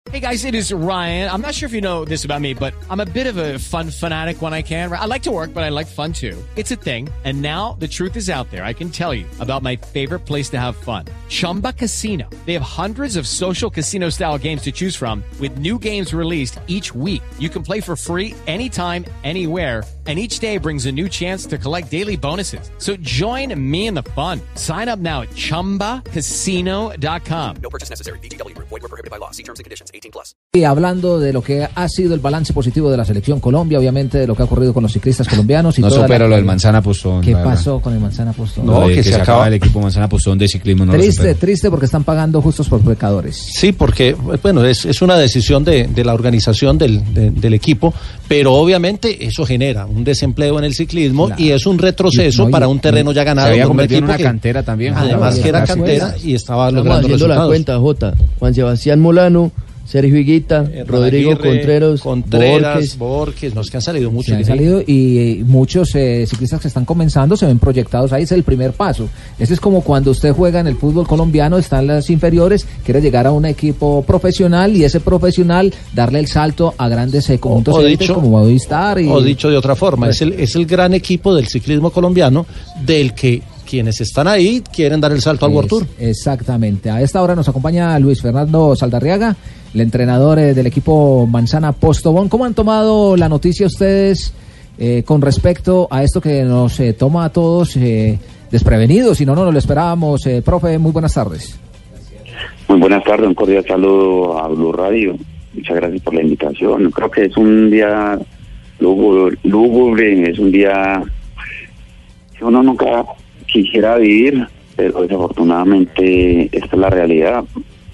Hey guys, it is Ryan. I'm not sure if you know this about me, but I'm a bit of a fun fanatic when I can. I like to work, but I like fun too. It's a thing. And now the truth is out there. I can tell you about my favorite place to have fun. Chumba Casino. They have hundreds of social casino style games to choose from with new games released each week. You can play for free anytime, anywhere. And each day brings a new chance to collect daily bonuses. So join me in the fun. Sign up now at ChumbaCasino.com. No purchase necessary. VGW. Void where prohibited by law. See terms and conditions. 18+. Y hablando de lo que ha sido el balance positivo de la selección Colombia, obviamente de lo que ha ocurrido con los ciclistas colombianos. Y no supera lo del Manzana Postón. ¿Qué pasó con el Manzana Postón? No, que se acaba el equipo Manzana Postón de ciclismo. No triste porque están pagando justos por pecadores. Sí, porque bueno, es una decisión de la organización del equipo, pero obviamente eso genera un desempleo en el ciclismo, claro, y es un retroceso para un terreno ya ganado. Se había convertido en una cantera también. Además que era cantera y estaba logrando haciendo resultados. La cuenta, Jota. Juan Sebastián Molano, Sergio Higuita, Rodrigo Contreras, Borges, nos que han salido muchos. Han salido y muchos ciclistas que están comenzando se ven proyectados ahí, es el primer paso. Ese es como cuando usted juega en el fútbol colombiano, están las inferiores, quiere llegar a un equipo profesional y ese profesional darle el salto a grandes conjuntos como Movistar. O dicho de otra forma, pues, es el gran equipo del ciclismo colombiano del que quienes están ahí quieren dar el salto al World Tour. Exactamente. A esta hora nos acompaña Luis Fernando Saldarriaga, el entrenador del equipo Manzana Postobón. ¿Cómo han tomado la noticia ustedes con respecto a esto que nos toma a todos desprevenidos? Y no lo esperábamos. Profe, muy buenas tardes. Muy buenas tardes, un cordial saludo a Blue Radio. Muchas gracias por la invitación. Creo que es un día lúgubre, es un día que uno nunca quisiera vivir, pero desafortunadamente esta es la realidad.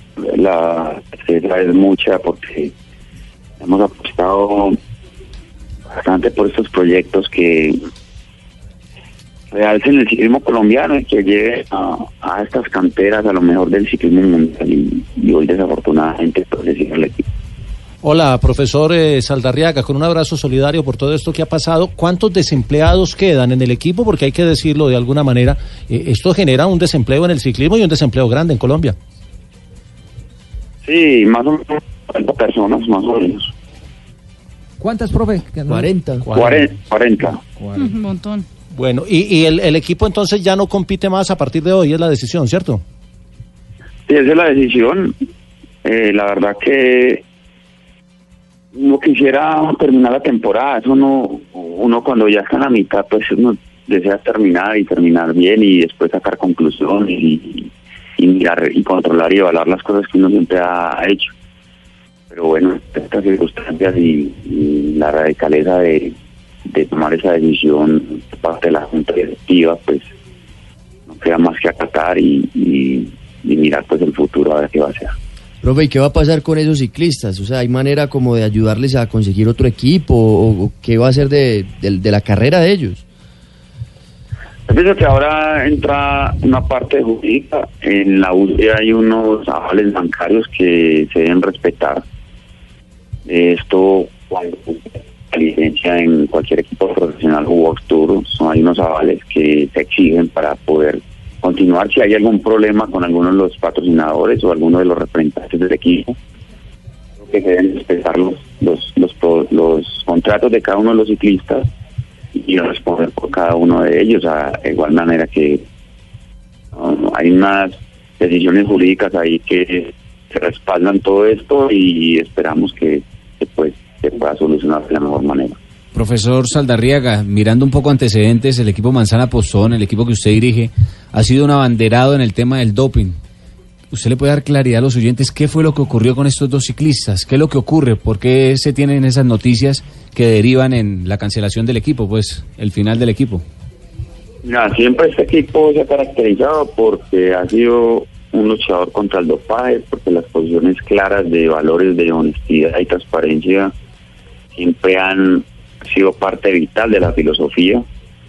La tristeza es mucha porque hemos apostado bastante por estos proyectos que realcen el ciclismo colombiano y que lleven a estas canteras a lo mejor del ciclismo mundial y hoy desafortunadamente pues decir el equipo. Hola, profesor Saldarriaga, con un abrazo solidario por todo esto que ha pasado. ¿Cuántos desempleados quedan en el equipo? Porque hay que decirlo de alguna manera, esto genera un desempleo en el ciclismo y un desempleo grande en Colombia. Sí, más o menos 40 personas, más o menos. ¿Cuántas, profe? 40. 40. Un montón. Bueno, y el equipo entonces ya no compite más a partir de hoy, es la decisión, ¿cierto? Sí, esa es la decisión. La verdad que no quisiera terminar la temporada. Eso uno cuando ya está en la mitad, pues uno desea terminar bien y después sacar conclusiones y mirar y controlar y evaluar las cosas que uno siempre ha hecho. Pero bueno, estas circunstancias y la radicaleza de tomar esa decisión por parte de la Junta Directiva, pues no queda más que acatar y mirar pues el futuro a ver qué va a ser. Profe, ¿y qué va a pasar con esos ciclistas? O sea, ¿hay manera como de ayudarles a conseguir otro equipo? ¿O qué va a hacer de la carrera de ellos? Yo pienso que ahora entra una parte jurídica. En la UCI hay unos avales bancarios que se deben respetar. Esto, cuando la licencia en cualquier equipo profesional o World Tour, hay unos avales que se exigen para poder continuar. Si hay algún problema con alguno de los patrocinadores o alguno de los representantes del equipo, creo que se deben respetar los contratos de cada uno de los ciclistas y responder por cada uno de ellos, de igual manera que hay unas decisiones jurídicas ahí que se respaldan todo esto y esperamos que se pueda solucionar de la mejor manera. Profesor Saldarriaga, mirando un poco antecedentes, el equipo Manzana Postón, el equipo que usted dirige, ha sido un abanderado en el tema del doping. ¿Usted le puede dar claridad a los oyentes qué fue lo que ocurrió con estos dos ciclistas? ¿Qué es lo que ocurre? ¿Por qué se tienen esas noticias que derivan en la cancelación del equipo, pues el final del equipo? Siempre este equipo se ha caracterizado porque ha sido un luchador contra el dopaje, porque las posiciones claras de valores de honestidad y transparencia siempre han sido parte vital de la filosofía.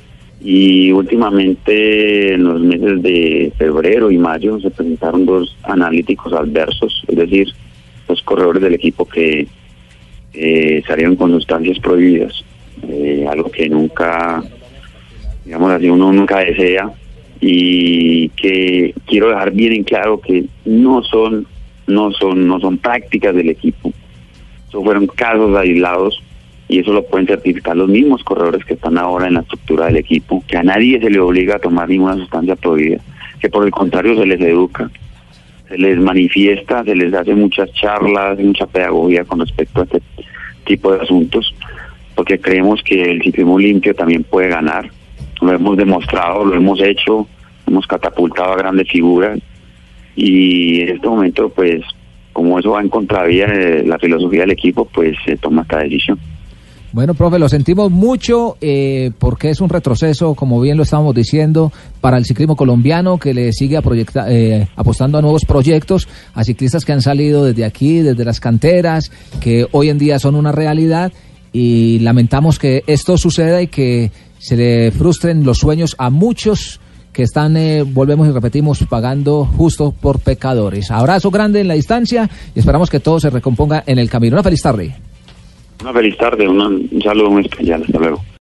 Y últimamente en los meses de febrero y mayo se presentaron dos analíticos adversos, es decir, dos corredores del equipo que salieron con sustancias prohibidas, algo que nunca, digamos así, uno nunca desea, y que quiero dejar bien en claro que no son no son prácticas del equipo. Eso fueron casos aislados y eso lo pueden certificar los mismos corredores que están ahora en la estructura del equipo, que a nadie se le obliga a tomar ninguna sustancia prohibida, que por el contrario se les educa, se les manifiesta, se les hace muchas charlas, mucha pedagogía con respecto a este tipo de asuntos, porque creemos que el ciclismo limpio también puede ganar. Lo hemos demostrado, lo hemos hecho, hemos catapultado a grandes figuras y en este momento, pues, como eso va en contravía de la filosofía del equipo, pues se toma esta decisión. Bueno, profe, lo sentimos mucho porque es un retroceso, como bien lo estábamos diciendo, para el ciclismo colombiano, que le sigue apostando a nuevos proyectos, a ciclistas que han salido desde aquí, desde las canteras, que hoy en día son una realidad, y lamentamos que esto suceda y que se le frustren los sueños a muchos que están, volvemos y repetimos, pagando justo por pecadores. Abrazo grande en la distancia y esperamos que todo se recomponga en el camino. Una feliz tarde. Una feliz tarde, un saludo muy especial. Hasta luego.